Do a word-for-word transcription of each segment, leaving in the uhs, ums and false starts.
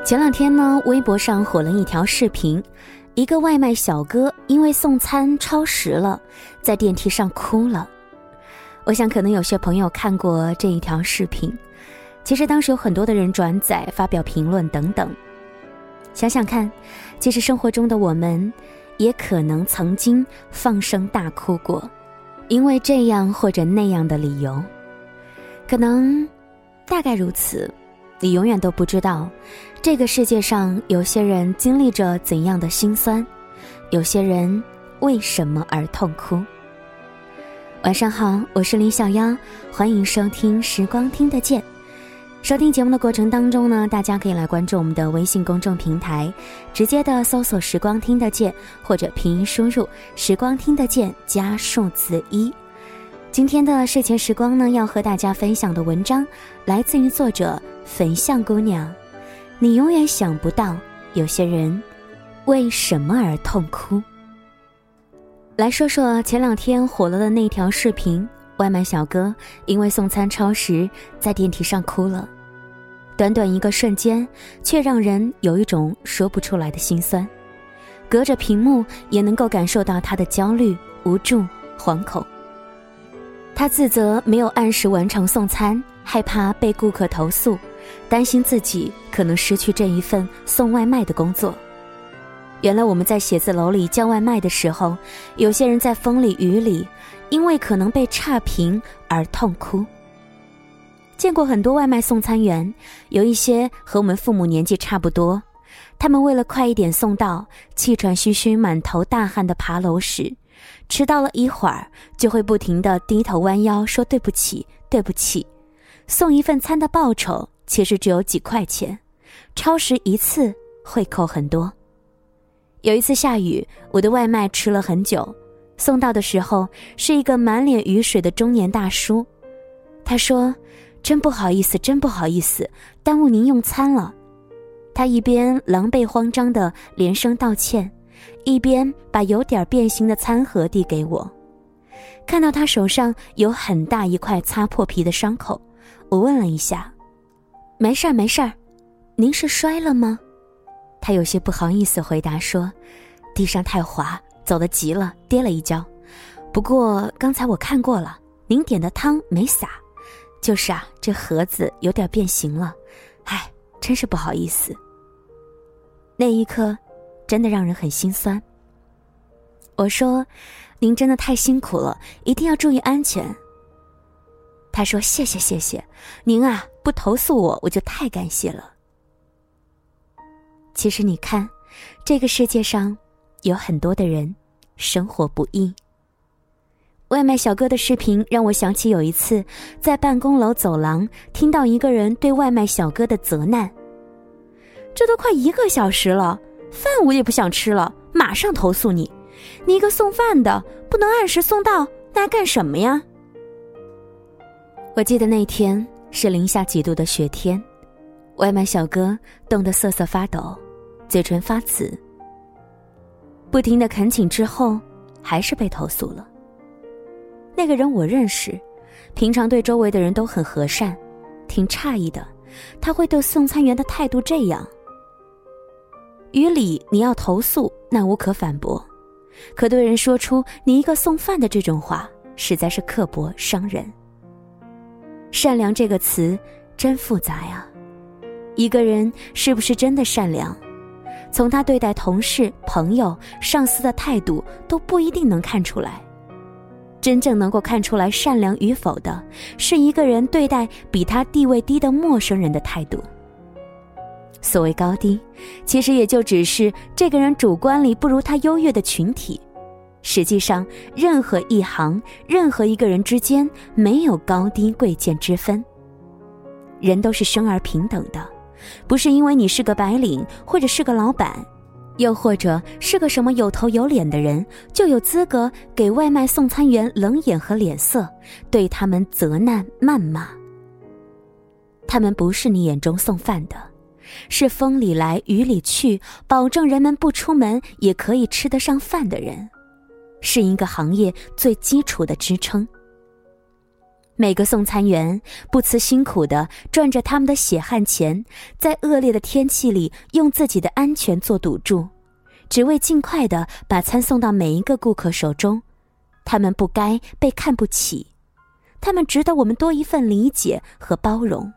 前两天呢，微博上火了一条视频，一个外卖小哥因为送餐超时了，在电梯上哭了。我想可能有些朋友看过这一条视频，其实当时有很多的人转载、发表评论等等。想想看，其实生活中的我们也可能曾经放声大哭过，因为这样或者那样的理由，可能大概如此。你永远都不知道这个世界上有些人经历着怎样的辛酸，有些人为什么而痛哭。晚上好，我是林小妖，欢迎收听时光听得见。收听节目的过程当中呢，大家可以来关注我们的微信公众平台，直接的搜索时光听得见，或者拼音输入时光听得见加数字一。今天的睡前时光呢，要和大家分享的文章来自于作者粉象姑娘。你永远想不到有些人为什么而痛哭。来说说前两天火了的那条视频，外卖小哥因为送餐超时，在电梯上哭了。短短一个瞬间，却让人有一种说不出来的心酸。隔着屏幕也能够感受到他的焦虑、无助、惶恐。他自责没有按时完成送餐，害怕被顾客投诉，担心自己可能失去这一份送外卖的工作。原来我们在写字楼里叫外卖的时候，有些人在风里雨里，因为可能被差评而痛哭。见过很多外卖送餐员，有一些和我们父母年纪差不多，他们为了快一点送到，气喘吁吁满头大汗地爬楼时，迟到了一会儿就会不停地低头弯腰说对不起对不起。送一份餐的报酬其实只有几块钱，超时一次会扣很多。有一次下雨，我的外卖迟了很久，送到的时候是一个满脸雨水的中年大叔。他说，真不好意思真不好意思，耽误您用餐了。他一边狼狈慌张地连声道歉，一边把有点变形的餐盒递给我。看到他手上有很大一块擦破皮的伤口，我问了一下，没事儿没事儿，您是摔了吗？他有些不好意思回答说，地上太滑，走得急了，跌了一跤。不过刚才我看过了，您点的汤没洒，就是啊，这盒子有点变形了，唉，真是不好意思。那一刻真的让人很心酸。我说，您真的太辛苦了，一定要注意安全。他说，谢谢谢谢，您啊不投诉我，我就太感谢了。其实你看，这个世界上有很多的人生活不易。外卖小哥的视频让我想起有一次在办公楼走廊听到一个人对外卖小哥的责难，这都快一个小时了，饭我也不想吃了，马上投诉你，你一个送饭的不能按时送到，那还干什么呀？我记得那天是零下几度的雪天，外卖小哥冻得瑟瑟发抖，嘴唇发紫，不停地恳请之后还是被投诉了。那个人我认识，平常对周围的人都很和善，挺诧异的，他会对送餐员的态度这样。于理你要投诉那无可反驳，可对人说出你一个送饭的这种话，实在是刻薄伤人。善良这个词真复杂呀，一个人是不是真的善良，从他对待同事、朋友、上司的态度都不一定能看出来。真正能够看出来善良与否的，是一个人对待比他地位低的陌生人的态度。所谓高低，其实也就只是这个人主观里不如他优越的群体。实际上，任何一行、任何一个人之间没有高低贵贱之分。人都是生而平等的，不是因为你是个白领，或者是个老板，又或者是个什么有头有脸的人，就有资格给外卖送餐员冷眼和脸色，对他们责难谩骂。他们不是你眼中送饭的，是风里来雨里去，保证人们不出门也可以吃得上饭的人，是一个行业最基础的支撑。 每个送餐员不辞辛苦地赚着他们的血汗钱，在恶劣的天气里用自己的安全做赌注，只为尽快地把餐送到每一个顾客手中。他们不该被看不起，他们值得我们多一份理解和包容。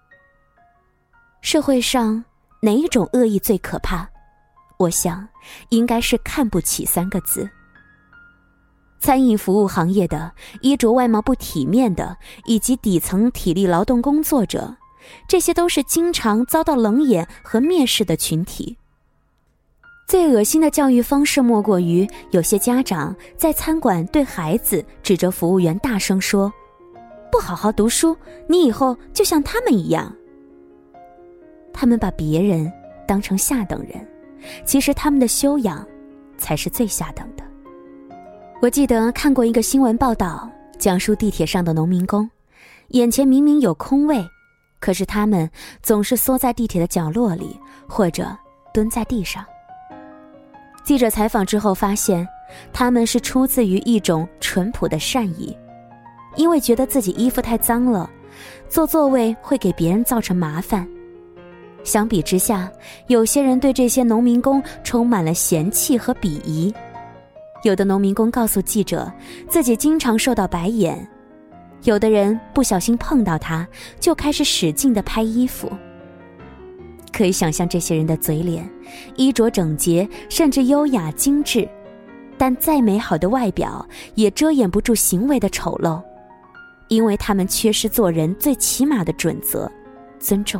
社会上哪一种恶意最可怕？我想应该是看不起三个字。餐饮服务行业的、衣着外貌不体面的，以及底层体力劳动工作者，这些都是经常遭到冷眼和蔑视的群体。最恶心的教育方式莫过于有些家长在餐馆对孩子指着服务员大声说，不好好读书，你以后就像他们一样。他们把别人当成下等人，其实他们的修养才是最下等的。我记得看过一个新闻报道，讲述地铁上的农民工，眼前明明有空位，可是他们总是缩在地铁的角落里，或者蹲在地上。记者采访之后发现，他们是出自于一种淳朴的善意，因为觉得自己衣服太脏了，坐座位会给别人造成麻烦。相比之下，有些人对这些农民工充满了嫌弃和鄙夷。有的农民工告诉记者，自己经常受到白眼，有的人不小心碰到他，就开始使劲地拍衣服。可以想象这些人的嘴脸，衣着整洁，甚至优雅精致，但再美好的外表也遮掩不住行为的丑陋，因为他们缺失做人最起码的准则——尊重。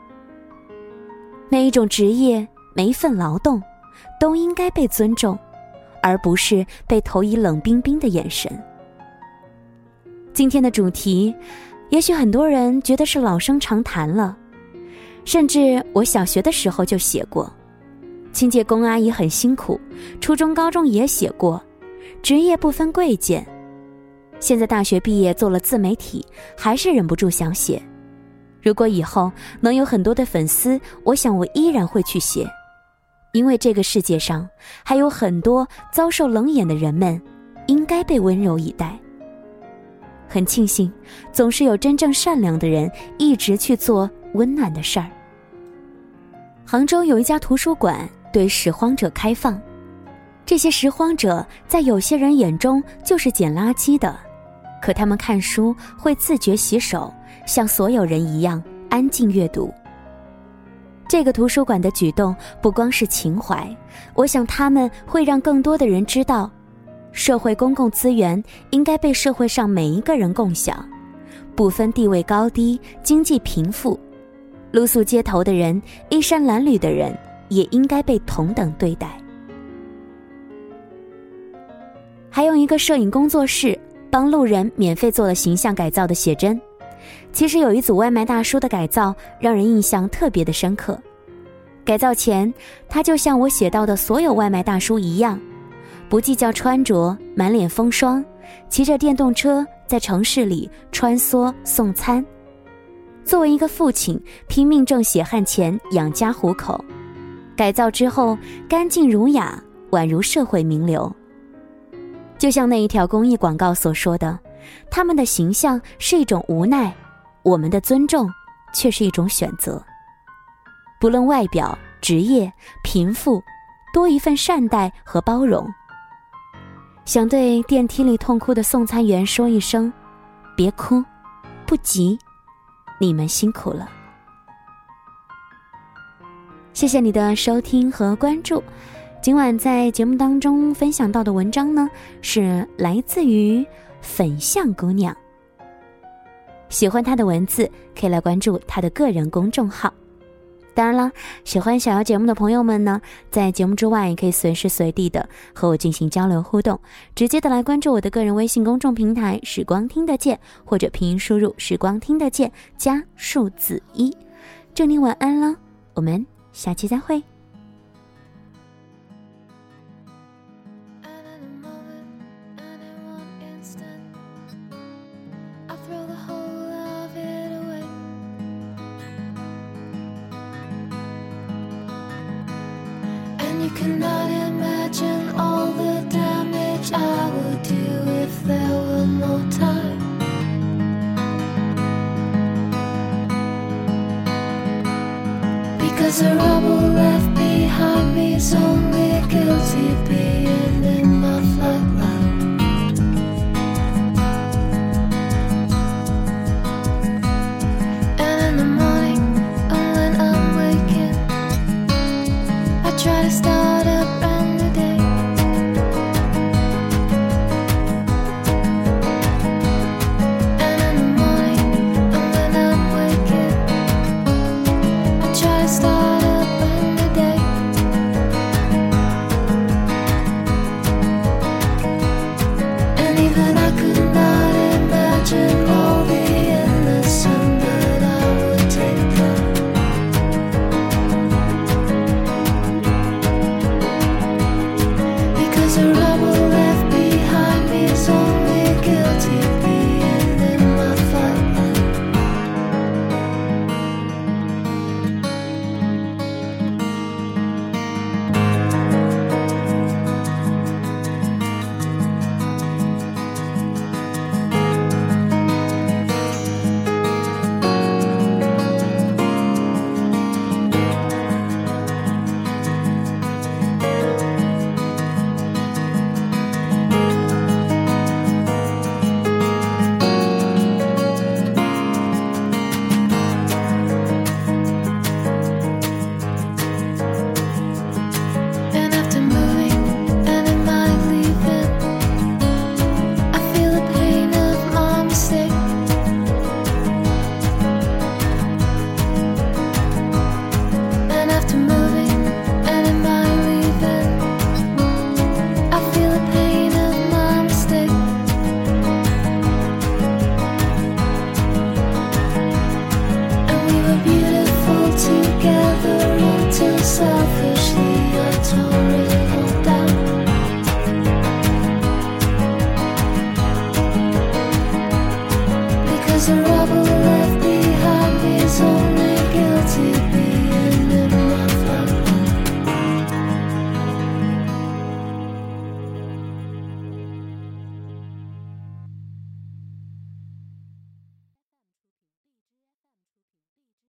每一种职业，每一份劳动，都应该被尊重，而不是被投以冷冰冰的眼神。今天的主题，也许很多人觉得是老生常谈了，甚至我小学的时候就写过，清洁工阿姨很辛苦，初中高中也写过，职业不分贵贱。现在大学毕业做了自媒体，还是忍不住想写。如果以后能有很多的粉丝，我想我依然会去写，因为这个世界上还有很多遭受冷眼的人们，应该被温柔以待。很庆幸，总是有真正善良的人一直去做温暖的事儿。杭州有一家图书馆对拾荒者开放，这些拾荒者在有些人眼中就是捡垃圾的，可他们看书会自觉洗手，像所有人一样安静阅读。这个图书馆的举动不光是情怀，我想他们会让更多的人知道，社会公共资源应该被社会上每一个人共享，不分地位高低、经济贫富，露宿街头的人、衣衫褴褛的人也应该被同等对待。还有一个摄影工作室帮路人免费做了形象改造的写真。其实有一组外卖大叔的改造让人印象特别的深刻。改造前，他就像我写到的所有外卖大叔一样，不计较穿着，满脸风霜，骑着电动车在城市里穿梭送餐。作为一个父亲，拼命挣血汗钱养家糊口，改造之后干净儒雅，宛如社会名流。就像那一条公益广告所说的，他们的形象是一种无奈，我们的尊重却是一种选择。不论外表、职业、贫富，多一份善待和包容。想对电梯里痛哭的送餐员说一声，别哭，不急，你们辛苦了。谢谢你的收听和关注。今晚在节目当中分享到的文章呢，是来自于粉象姑娘。喜欢她的文字，可以来关注她的个人公众号。当然了，喜欢小瑶节目的朋友们呢，在节目之外也可以随时随地的和我进行交流互动，直接的来关注我的个人微信公众平台时光听得见，或者拼音输入时光听得见加数字一。祝你晚安了，我们下期再会。 You cannot imagine all the damage I would do if there were more time. Because the rubble left behind me is only guilty being in my flight line. And in the morning, and when I'm waking, I try to start a brand new day. And in the morning, and when I'm waking, I try to start a brand new day. And even I could not imagine all the endless sun that I would take on. Because the rubble left behind me is only guilty being in my flight line. And after moving and in my leaving, I feel the pain of my mistake. And after moving and in my leaving, I feel the pain of my mistake. And we were beautiful together until selfishly I tore it all down. Because the rubble